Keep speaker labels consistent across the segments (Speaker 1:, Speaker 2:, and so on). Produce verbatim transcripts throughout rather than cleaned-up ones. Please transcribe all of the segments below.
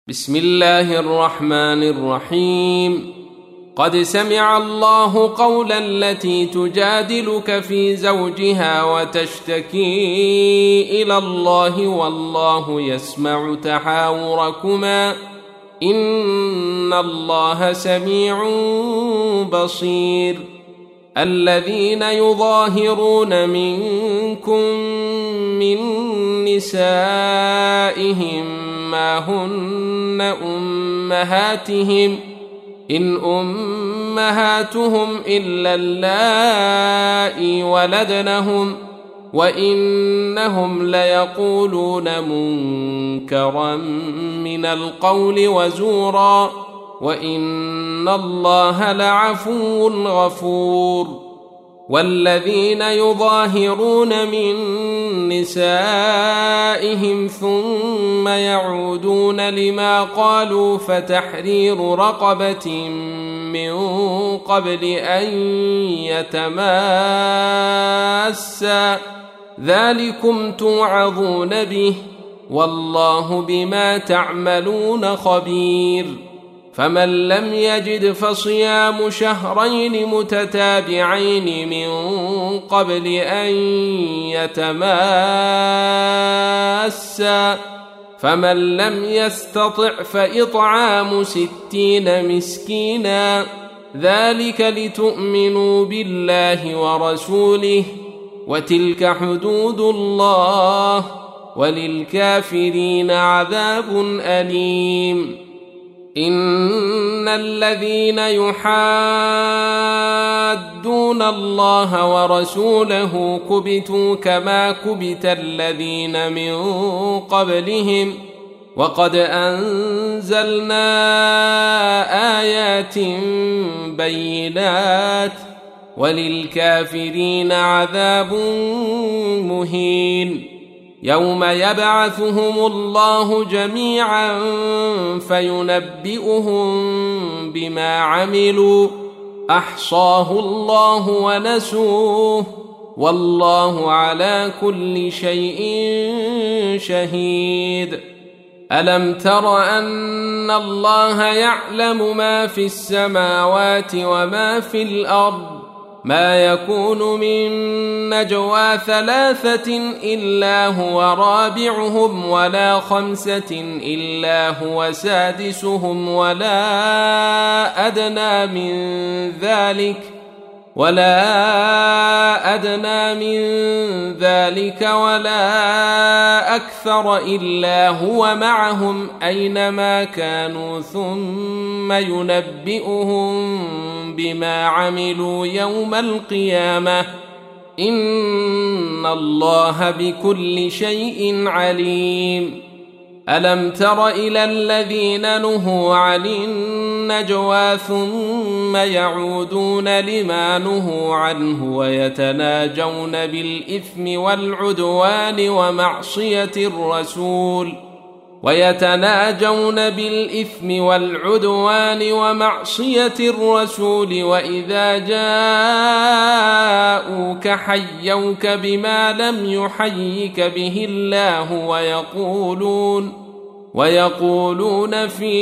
Speaker 1: بسم الله الرحمن الرحيم. قد سمع الله قول التي تجادلك في زوجها وتشتكي إلى الله والله يسمع تحاوركما إن الله سميع بصير. الذين يظاهرون منكم من نسائهم ما هن أمهاتهم إن أمهاتهم إلا اللائي ولدنهم وإنهم ليقولون منكرا من القول وزورا وإن الله لعفو غفور. والذين يظاهرون من نسائهم ثم يعودون لما قالوا فتحرير رقبة من قبل أن يتماسا ذلكم توعظون به والله بما تعملون خبير. فمن لم يجد فصيام شهرين متتابعين من قبل أن يتماسا فمن لم يستطع فإطعام ستين مسكينا ذلك لتؤمنوا بالله ورسوله وتلك حدود الله وللكافرين عذاب أليم. إن الذين يحادون الله ورسوله كبتوا كما كبت الذين من قبلهم وقد أنزلنا آيات بينات وللكافرين عذاب مهين. يوم يبعثهم الله جميعا فينبئهم بما عملوا أحصاه الله ونسوه والله على كل شيء شهيد. ألم تر أن الله يعلم ما في السماوات وما في الأرض ما يكون من نجوى ثلاثة إلا هو رابعهم ولا خمسة إلا هو سادسهم ولا أدنى من ذلك ولا أدنى من ذلك ولا أكثر إلا هو معهم أينما كانوا ثم ينبئهم بما عملوا يوم القيامة إن الله بكل شيء عليم. ألم تر إلى الذين نهوا عن النجوى ثم يعودون لما نهوا عنه ويتناجون بالإثم والعدوان ومعصية الرسول ويتناجون بالإثم والعدوان ومعصية الرسول وإذا جاءوك حيوك بما لم يحيك به الله ويقولون ويقولون في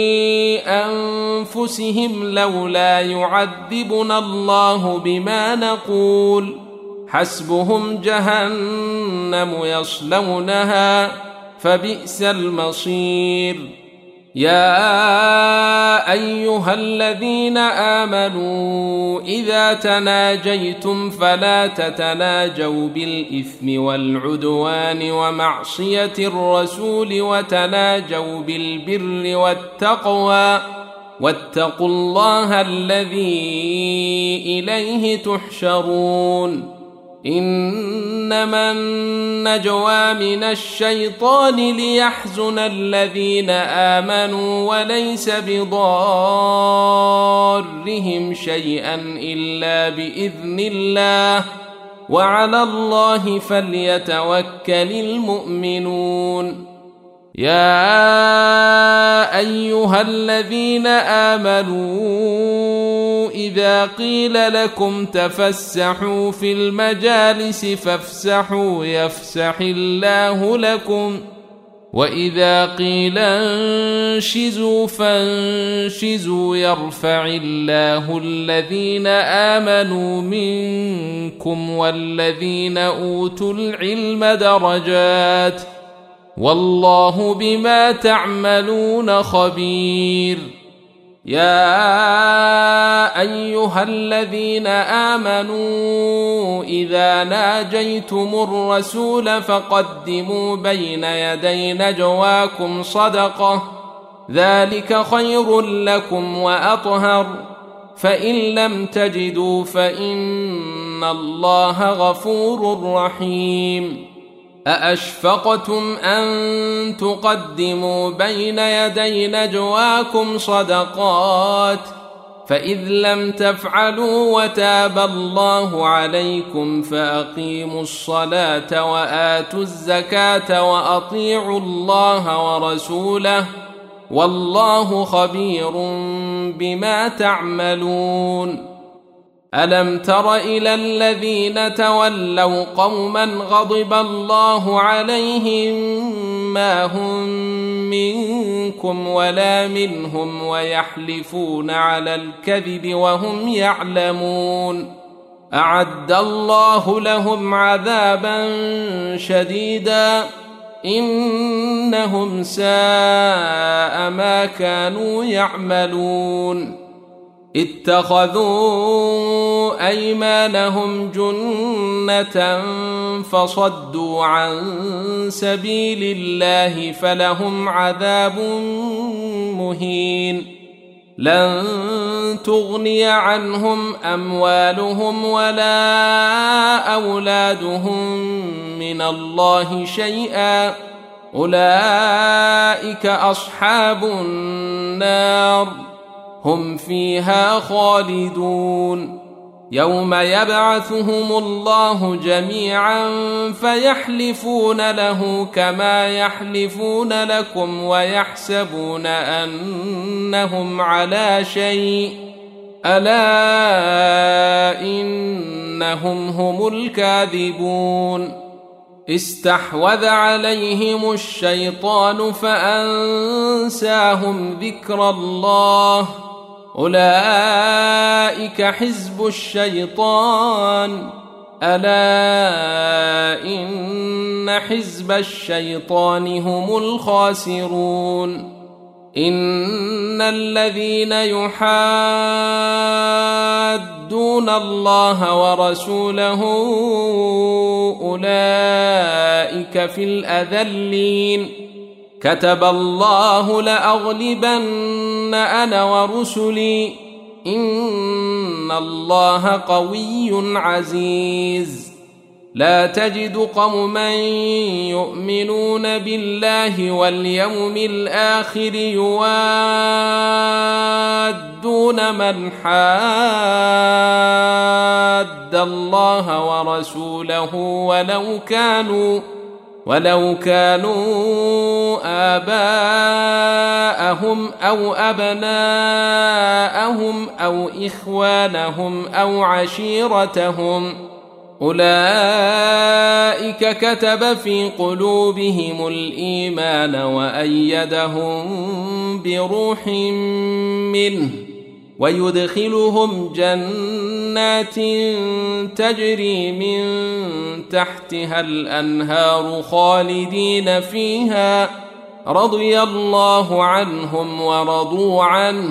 Speaker 1: أنفسهم لولا يعذبنا الله بما نقول حسبهم جهنم يصلونها فبئس المصير. يا أيها الذين آمنوا إذا تناجيتم فلا تتناجوا بالإثم والعدوان ومعصية الرسول وتناجوا بالبر والتقوى واتقوا الله الذي إليه تحشرون. إنما النجوى من الشيطان ليحزن الذين آمنوا وليس بضارهم شيئا إلا بإذن الله وعلى الله فليتوكل المؤمنون. يا أيها الذين آمنوا إذا قيل لكم تفسحوا في المجالس فافسحوا يفسح الله لكم وإذا قيل انشزوا فانشزوا يرفع الله الذين آمنوا منكم والذين أوتوا العلم درجات والله بما تعملون خبير. يا أيها الذين آمنوا إذا ناجيتم الرسول فقدموا بين يدي نجواكم صدقة ذلك خير لكم وأطهر فإن لم تجدوا فإن الله غفور رحيم. أأشفقتم أن تقدموا بين يدي نجواكم صدقات فإذ لم تفعلوا وتاب الله عليكم فأقيموا الصلاة وآتوا الزكاة وأطيعوا الله ورسوله والله خبير بما تعملون. ألم تر إلى الذين تولوا قوما غضب الله عليهم ما هم منكم ولا منهم ويحلفون على الكذب وهم يعلمون أعد الله لهم عذابا شديدا إنهم ساء ما كانوا يعملون. اتخذوا أيمانهم جنة فصدوا عن سبيل الله فلهم عذاب مهين. لن تغني عنهم أموالهم ولا أولادهم من الله شيئا أولئك أصحاب النار هم فيها خالدون. يوم يبعثهم الله جميعا فيحلفون له كما يحلفون لكم ويحسبون أنهم على شيء ألا إنهم هم الكاذبون. استحوذ عليهم الشيطان فأنساهم ذكر الله أولئك حزب الشيطان ألا إن حزب الشيطان هم الخاسرون. إن الذين يحادون الله ورسوله أولئك في الأذلين. كتب الله لأغلبن أنا ورسلي إن الله قوي عزيز. لا تجد قوما يؤمنون بالله واليوم الآخر يوادون من حاد الله ورسوله ولو كانوا ولو كانوا آباءهم أو أبناءهم أو إخوانهم أو عشيرتهم أولئك كتب في قلوبهم الإيمان وأيدهم بروح منه ويدخلهم جنات تجري من تحتها الأنهار خالدين فيها رضي الله عنهم ورضوا عنه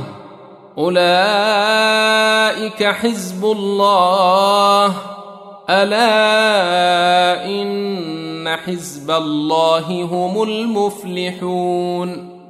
Speaker 1: أولئك حزب الله ألا إن حزب الله هم المفلحون.